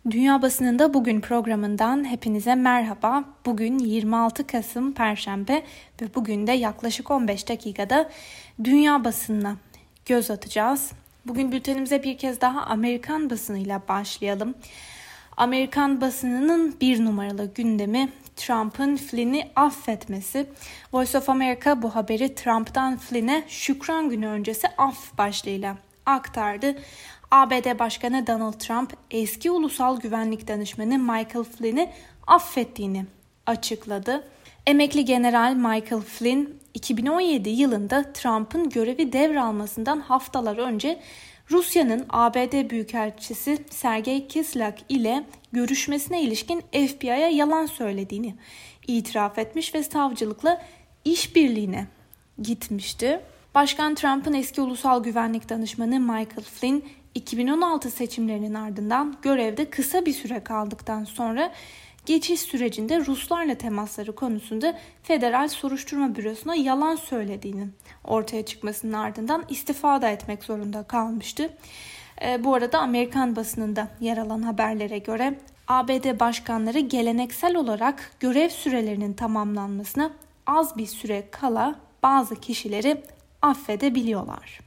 Dünya Basınında Bugün programından hepinize merhaba. Bugün 26 Kasım Perşembe ve bugün de yaklaşık 15 dakikada dünya basınına göz atacağız. Bugün bültenimize bir kez daha Amerikan basınıyla başlayalım. Amerikan basınının bir numaralı gündemi Trump'ın Flynn'i affetmesi. Voice of America bu haberi Trump'tan Flynn'e Şükran Günü öncesi af başlığıyla aktardı. ABD Başkanı Donald Trump eski ulusal güvenlik danışmanı Michael Flynn'i affettiğini açıkladı. Emekli General Michael Flynn 2017 yılında Trump'ın görevi devralmasından haftalar önce Rusya'nın ABD Büyükelçisi Sergey Kislyak ile görüşmesine ilişkin FBI'ye yalan söylediğini itiraf etmiş ve savcılıkla işbirliğine gitmişti. Başkan Trump'ın eski ulusal güvenlik danışmanı Michael Flynn 2016 seçimlerinin ardından görevde kısa bir süre kaldıktan sonra geçiş sürecinde Ruslarla temasları konusunda Federal Soruşturma Bürosu'na yalan söylediğinin ortaya çıkmasının ardından istifa da etmek zorunda kalmıştı. Bu arada Amerikan basınında yer alan haberlere göre ABD başkanları geleneksel olarak görev sürelerinin tamamlanmasına az bir süre kala bazı kişileri affedebiliyorlar.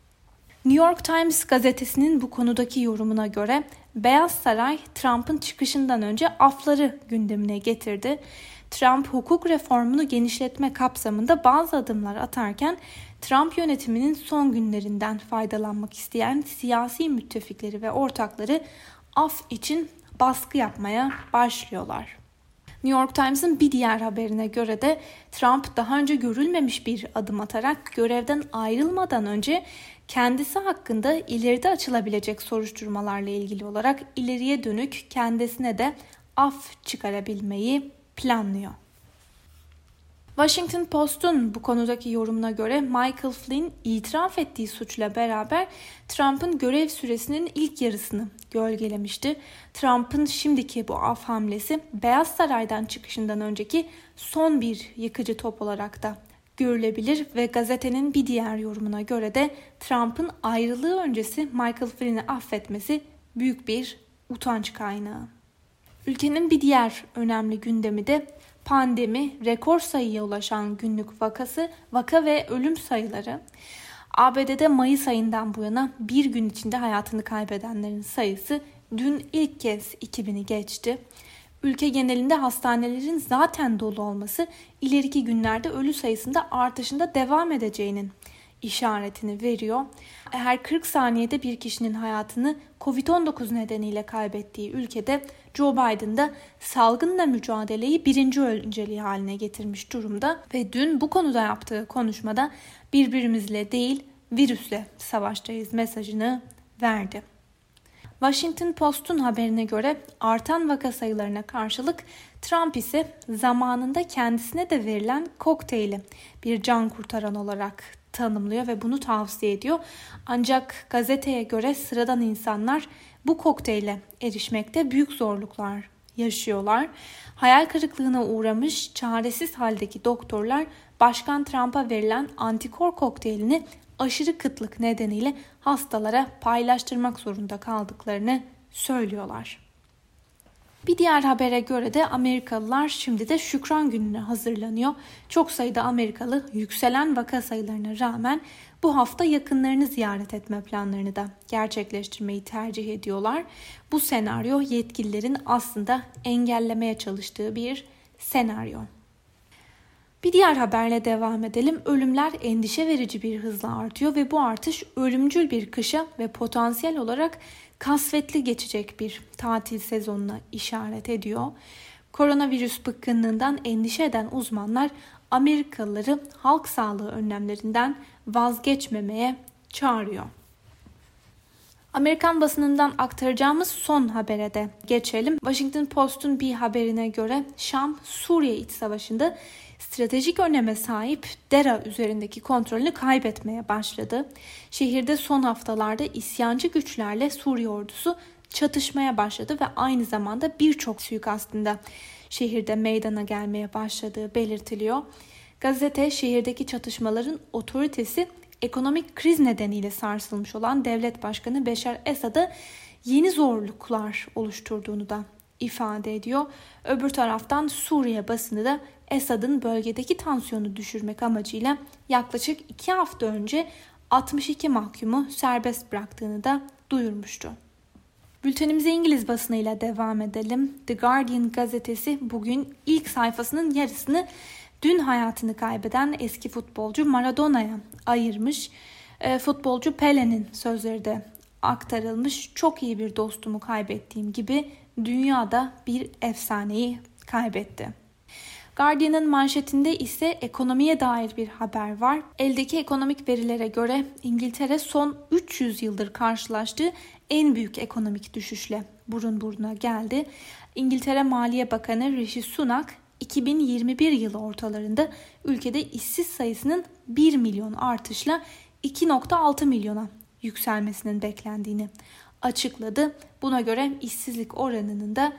New York Times gazetesinin bu konudaki yorumuna göre Beyaz Saray Trump'ın çıkışından önce afları gündemine getirdi. Trump hukuk reformunu genişletme kapsamında bazı adımlar atarken Trump yönetiminin son günlerinden faydalanmak isteyen siyasi müttefikleri ve ortakları af için baskı yapmaya başlıyorlar. New York Times'ın bir diğer haberine göre de Trump daha önce görülmemiş bir adım atarak görevden ayrılmadan önce kendisi hakkında ileride açılabilecek soruşturmalarla ilgili olarak ileriye dönük kendisine de af çıkarabilmeyi planlıyor. Washington Post'un bu konudaki yorumuna göre Michael Flynn itiraf ettiği suçla beraber Trump'ın görev süresinin ilk yarısını gölgelemişti. Trump'ın şimdiki bu af hamlesi Beyaz Saray'dan çıkışından önceki son bir yıkıcı top olarak da görülebilir ve gazetenin bir diğer yorumuna göre de Trump'ın ayrılığı öncesi Michael Flynn'i affetmesi büyük bir utanç kaynağı. Ülkenin bir diğer önemli gündemi de pandemi, rekor sayıya ulaşan günlük vaka ve ölüm sayıları. ABD'de Mayıs ayından bu yana bir gün içinde hayatını kaybedenlerin sayısı dün ilk kez 2000'i geçti. Ülke genelinde hastanelerin zaten dolu olması ileriki günlerde ölü sayısında artışında devam edeceğinin işaretini veriyor. Her 40 saniyede bir kişinin hayatını Covid-19 nedeniyle kaybettiği ülkede Joe Biden da salgınla mücadeleyi birinci önceliği haline getirmiş durumda ve dün bu konuda yaptığı konuşmada birbirimizle değil virüsle savaştayız mesajını verdi. Washington Post'un haberine göre artan vaka sayılarına karşılık Trump ise zamanında kendisine de verilen kokteyli bir can kurtaran olarak tanımlıyor ve bunu tavsiye ediyor. Ancak gazeteye göre sıradan insanlar bu kokteyle erişmekte büyük zorluklar yaşıyorlar. Hayal kırıklığına uğramış çaresiz haldeki doktorlar Başkan Trump'a verilen antikor kokteylini aşırı kıtlık nedeniyle hastalara paylaştırmak zorunda kaldıklarını söylüyorlar. Bir diğer habere göre de Amerikalılar şimdi de Şükran Günü'ne hazırlanıyor. Çok sayıda Amerikalı yükselen vaka sayılarına rağmen bu hafta yakınlarını ziyaret etme planlarını da gerçekleştirmeyi tercih ediyorlar. Bu senaryo yetkililerin aslında engellemeye çalıştığı bir senaryo. Bir diğer haberle devam edelim. Ölümler endişe verici bir hızla artıyor ve bu artış ölümcül bir kışa ve potansiyel olarak kasvetli geçecek bir tatil sezonuna işaret ediyor. Koronavirüs bıkkınlığından endişe eden uzmanlar Amerikalıları halk sağlığı önlemlerinden vazgeçmemeye çağırıyor. Amerikan basınından aktaracağımız son habere de geçelim. Washington Post'un bir haberine göre Şam, Suriye iç savaşında stratejik öneme sahip Dera üzerindeki kontrolünü kaybetmeye başladı. Şehirde son haftalarda isyancı güçlerle Suriye ordusu çatışmaya başladı ve aynı zamanda birçok suikastında şehirde meydana gelmeye başladığı belirtiliyor. Gazete şehirdeki çatışmaların otoritesi ekonomik kriz nedeniyle sarsılmış olan devlet başkanı Beşar Esad'ı yeni zorluklar oluşturduğunu da ifade ediyor. Öbür taraftan Suriye basını da Esad'ın bölgedeki tansiyonu düşürmek amacıyla yaklaşık 2 hafta önce 62 mahkumu serbest bıraktığını da duyurmuştu. Bültenimize İngiliz basınıyla devam edelim. The Guardian gazetesi bugün ilk sayfasının yarısını dün hayatını kaybeden eski futbolcu Maradona'ya ayırmış. Futbolcu Pele'nin sözleri de aktarılmış. Çok iyi bir dostumu kaybettiğim gibi dünyada bir efsaneyi kaybetti. Guardian'ın manşetinde ise ekonomiye dair bir haber var. Eldeki ekonomik verilere göre İngiltere son 300 yıldır karşılaştığı en büyük ekonomik düşüşle burun buruna geldi. İngiltere Maliye Bakanı Rishi Sunak 2021 yılı ortalarında ülkede işsiz sayısının 1 milyon artışla 2,6 milyona yükselmesinin beklendiğini açıkladı. Buna göre işsizlik oranının da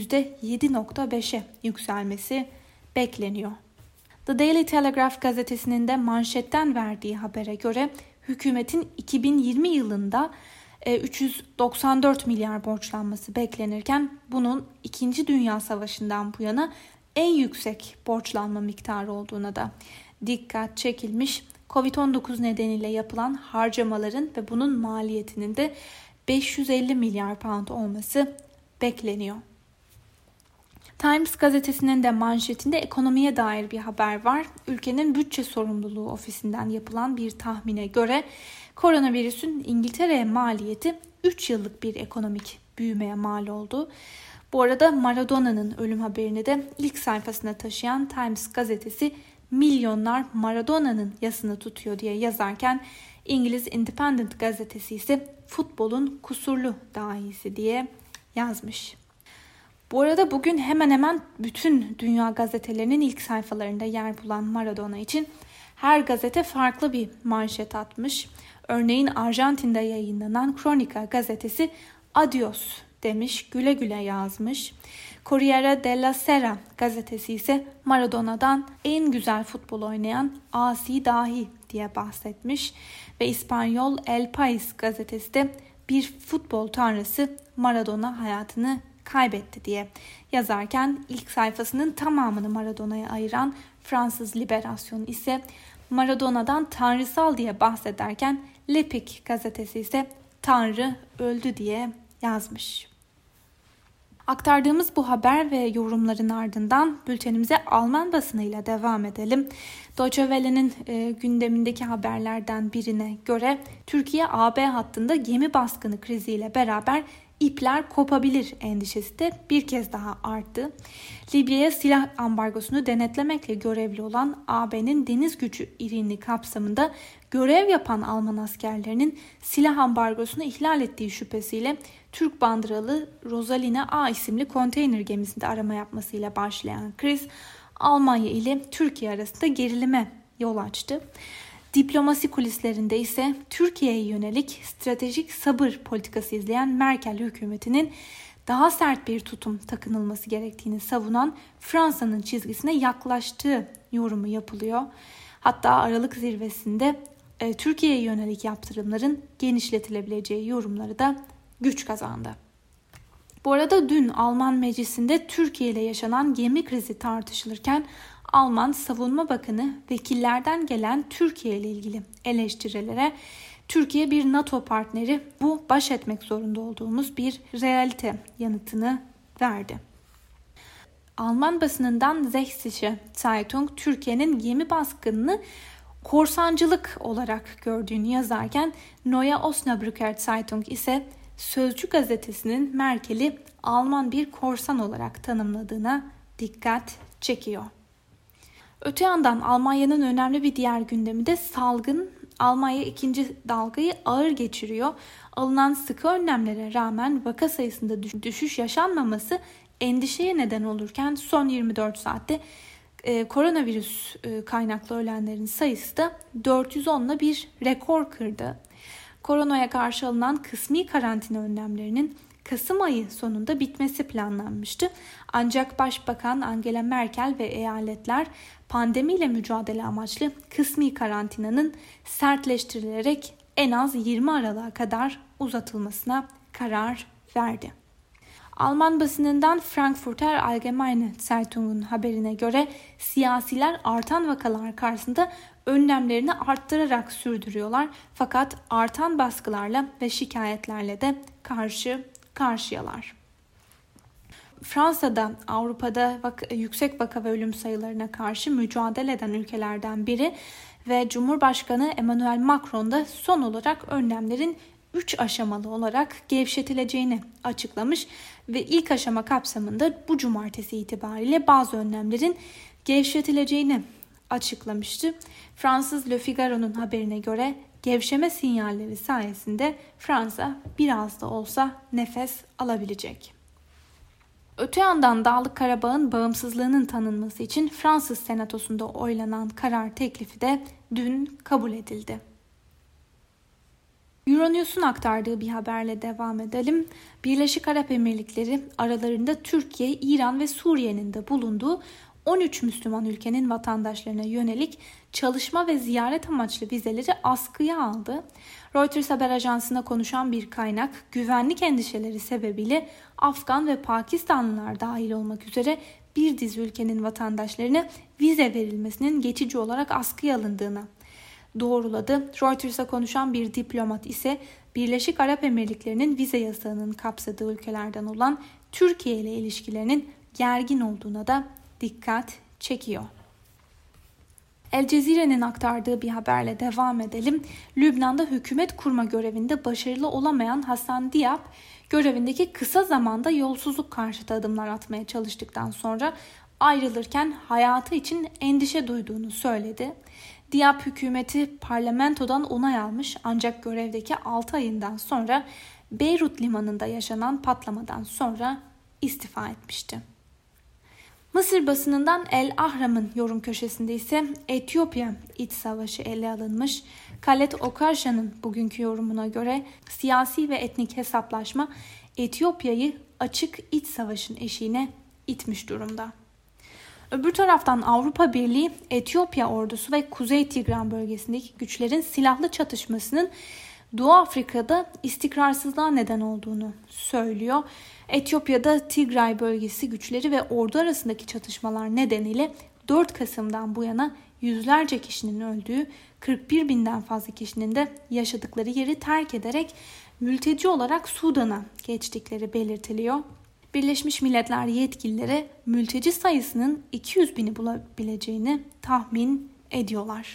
%7,5'e yükselmesi bekleniyor. The Daily Telegraph gazetesinin de manşetten verdiği habere göre hükümetin 2020 yılında 394 milyar borçlanması beklenirken bunun 2. Dünya Savaşı'ndan bu yana en yüksek borçlanma miktarı olduğuna da dikkat çekilmiş. Covid-19 nedeniyle yapılan harcamaların ve bunun maliyetinin de 550 milyar pound olması bekleniyor. Times gazetesinin de manşetinde ekonomiye dair bir haber var. Ülkenin bütçe sorumluluğu ofisinden yapılan bir tahmine göre koronavirüsün İngiltere'ye maliyeti 3 yıllık bir ekonomik büyümeye mal oldu. Bu arada Maradona'nın ölüm haberini de ilk sayfasına taşıyan Times gazetesi milyonlar Maradona'nın yasını tutuyor diye yazarken İngiliz Independent gazetesi ise futbolun kusurlu dahisi diye yazmış. Bu arada bugün hemen hemen bütün dünya gazetelerinin ilk sayfalarında yer bulan Maradona için her gazete farklı bir manşet atmış. Örneğin Arjantin'de yayınlanan Kronika gazetesi "Adios" demiş, güle güle yazmış. Corriere della Sera gazetesi ise Maradona'dan en güzel futbol oynayan asi dahi diye bahsetmiş. Ve İspanyol El País gazetesi de bir futbol tanrısı Maradona hayatını kaybetti diye yazarken ilk sayfasının tamamını Maradona'ya ayıran Fransız Liberasyon ise Maradona'dan tanrısal diye bahsederken L'Epique gazetesi ise Tanrı öldü diye yazmış. Aktardığımız bu haber ve yorumların ardından bültenimize Alman basınıyla devam edelim. Deutsche Welle'nin gündemindeki haberlerden birine göre Türkiye-AB hattında gemi baskını kriziyle beraber ipler kopabilir endişesi de bir kez daha arttı. Libya'ya silah ambargosunu denetlemekle görevli olan AB'nin deniz gücü İRİN'i kapsamında görev yapan Alman askerlerinin silah ambargosunu ihlal ettiği şüphesiyle Türk bandıralı Rosaline A isimli konteyner gemisinde arama yapmasıyla başlayan kriz Almanya ile Türkiye arasında gerilime yol açtı. Diplomasi kulislerinde ise Türkiye'ye yönelik stratejik sabır politikası izleyen Merkel hükümetinin daha sert bir tutum takınılması gerektiğini savunan Fransa'nın çizgisine yaklaştığı yorumu yapılıyor. Hatta Aralık zirvesinde Türkiye'ye yönelik yaptırımların genişletilebileceği yorumları da güç kazandı. Bu arada dün Alman meclisinde Türkiye ile yaşanan gemi krizi tartışılırken Alman Savunma Bakanı vekillerden gelen Türkiye ile ilgili eleştirilere Türkiye bir NATO partneri, bu baş etmek zorunda olduğumuz bir realite yanıtını verdi. Alman basınından Sächsische Zeitung Türkiye'nin gemi baskınını korsancılık olarak gördüğünü yazarken Neue Osnabrücker Zeitung ise Sözcü gazetesinin Merkel'i Alman bir korsan olarak tanımladığına dikkat çekiyor. Öte yandan Almanya'nın önemli bir diğer gündemi de salgın. Almanya ikinci dalgayı ağır geçiriyor. Alınan sıkı önlemlere rağmen vaka sayısında düşüş yaşanmaması endişeye neden olurken son 24 saatte koronavirüs kaynaklı ölenlerin sayısı da 410'la bir rekor kırdı. Koronaya karşı alınan kısmi karantina önlemlerinin Kasım ayı sonunda bitmesi planlanmıştı. Ancak Başbakan Angela Merkel ve eyaletler pandemiyle mücadele amaçlı kısmi karantinanın sertleştirilerek en az 20 Aralık'a kadar uzatılmasına karar verdi. Alman basınından Frankfurter Allgemeine Zeitung'un haberine göre siyasiler artan vakalar karşısında önlemlerini arttırarak sürdürüyorlar. Fakat artan baskılarla ve şikayetlerle de karşı karşıyalar. Fransa'da Avrupa'da yüksek vaka ve ölüm sayılarına karşı mücadele eden ülkelerden biri ve Cumhurbaşkanı Emmanuel Macron da son olarak önlemlerin 3 aşamalı olarak gevşetileceğini açıklamış ve ilk aşama kapsamında bu cumartesi itibariyle bazı önlemlerin gevşetileceğini açıklamıştı. Fransız Le Figaro'nun haberine göre gevşeme sinyalleri sayesinde Fransa biraz da olsa nefes alabilecek. Öte yandan Dağlık Karabağ'ın bağımsızlığının tanınması için Fransız Senatosu'nda oylanan karar teklifi de dün kabul edildi. Euronews'un aktardığı bir haberle devam edelim. Birleşik Arap Emirlikleri aralarında Türkiye, İran ve Suriye'nin de bulunduğu 13 Müslüman ülkenin vatandaşlarına yönelik çalışma ve ziyaret amaçlı vizeleri askıya aldı. Reuters haber ajansına konuşan bir kaynak, güvenlik endişeleri sebebiyle Afgan ve Pakistanlılar dahil olmak üzere bir dizi ülkenin vatandaşlarına vize verilmesinin geçici olarak askıya alındığını doğruladı. Reuters'a konuşan bir diplomat ise Birleşik Arap Emirlikleri'nin vize yasağının kapsadığı ülkelerden olan Türkiye ile ilişkilerinin gergin olduğuna da dikkat çekiyor. El Cezire'nin aktardığı bir haberle devam edelim. Lübnan'da hükümet kurma görevinde başarılı olamayan Hasan Diab, görevindeki kısa zamanda yolsuzluk karşıtı adımlar atmaya çalıştıktan sonra ayrılırken hayatı için endişe duyduğunu söyledi. Diab hükümeti parlamentodan onay almış ancak görevdeki 6 ayından sonra Beyrut limanında yaşanan patlamadan sonra istifa etmişti. Mısır basınından El Ahram'ın yorum köşesinde ise Etiyopya iç savaşı ele alınmış. Khaled Okarşan'ın bugünkü yorumuna göre siyasi ve etnik hesaplaşma Etiyopya'yı açık iç savaşın eşiğine itmiş durumda. Öbür taraftan Avrupa Birliği, Etiyopya ordusu ve Kuzey Tigran bölgesindeki güçlerin silahlı çatışmasının Doğu Afrika'da istikrarsızlığa neden olduğunu söylüyor. Etiyopya'da Tigray bölgesi güçleri ve ordu arasındaki çatışmalar nedeniyle 4 Kasım'dan bu yana yüzlerce kişinin öldüğü, 41 binden fazla kişinin de yaşadıkları yeri terk ederek mülteci olarak Sudan'a geçtikleri belirtiliyor. Birleşmiş Milletler yetkilileri mülteci sayısının 200 bini bulabileceğini tahmin ediyorlar.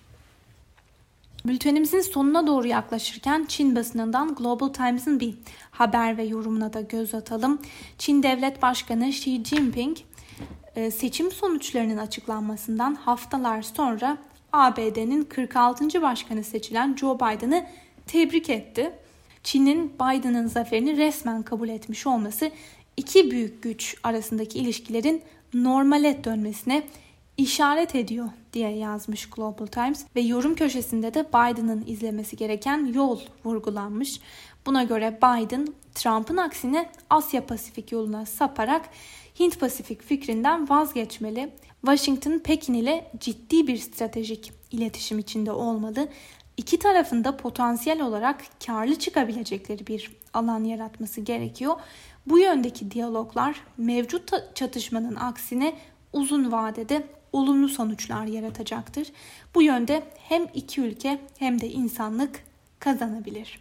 Bültenimizin sonuna doğru yaklaşırken Çin basınından Global Times'ın bir haber ve yorumuna da göz atalım. Çin Devlet Başkanı Xi Jinping seçim sonuçlarının açıklanmasından haftalar sonra ABD'nin 46. başkanı seçilen Joe Biden'ı tebrik etti. Çin'in Biden'ın zaferini resmen kabul etmiş olması iki büyük güç arasındaki ilişkilerin normale dönmesine işaret ediyor diye yazmış Global Times ve yorum köşesinde de Biden'ın izlemesi gereken yol vurgulanmış. Buna göre Biden, Trump'ın aksine Asya-Pasifik yoluna saparak Hint-Pasifik fikrinden vazgeçmeli. Washington, Pekin ile ciddi bir stratejik iletişim içinde olmalı. İki tarafın da potansiyel olarak karlı çıkabilecekleri bir alan yaratması gerekiyor. Bu yöndeki diyaloglar mevcut çatışmanın aksine uzun vadede olumlu sonuçlar yaratacaktır. Bu yönde hem iki ülke hem de insanlık kazanabilir.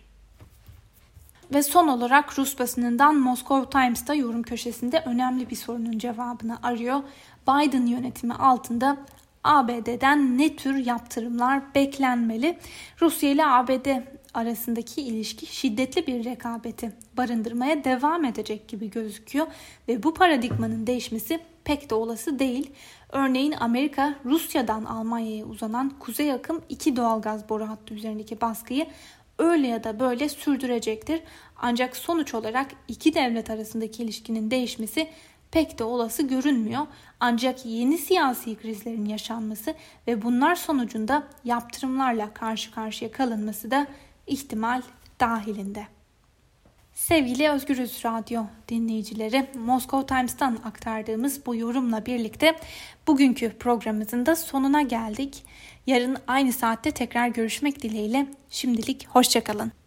Ve son olarak Rus basınından Moscow Times'ta yorum köşesinde önemli bir sorunun cevabını arıyor. Biden yönetimi altında ABD'den ne tür yaptırımlar beklenmeli? Rusya ile ABD arasındaki ilişki şiddetli bir rekabeti barındırmaya devam edecek gibi gözüküyor ve bu paradigmanın değişmesi pek de olası değil. Örneğin Amerika, Rusya'dan Almanya'ya uzanan Kuzey Akım 2 doğalgaz boru hattı üzerindeki baskıyı öyle ya da böyle sürdürecektir. Ancak sonuç olarak iki devlet arasındaki ilişkinin değişmesi pek de olası görünmüyor. Ancak yeni siyasi krizlerin yaşanması ve bunlar sonucunda yaptırımlarla karşı karşıya kalınması da ihtimal dahilinde. Sevgili Özgürüz Radyo dinleyicileri, Moscow Times'tan aktardığımız bu yorumla birlikte bugünkü programımızın da sonuna geldik. Yarın aynı saatte tekrar görüşmek dileğiyle şimdilik hoşça kalın.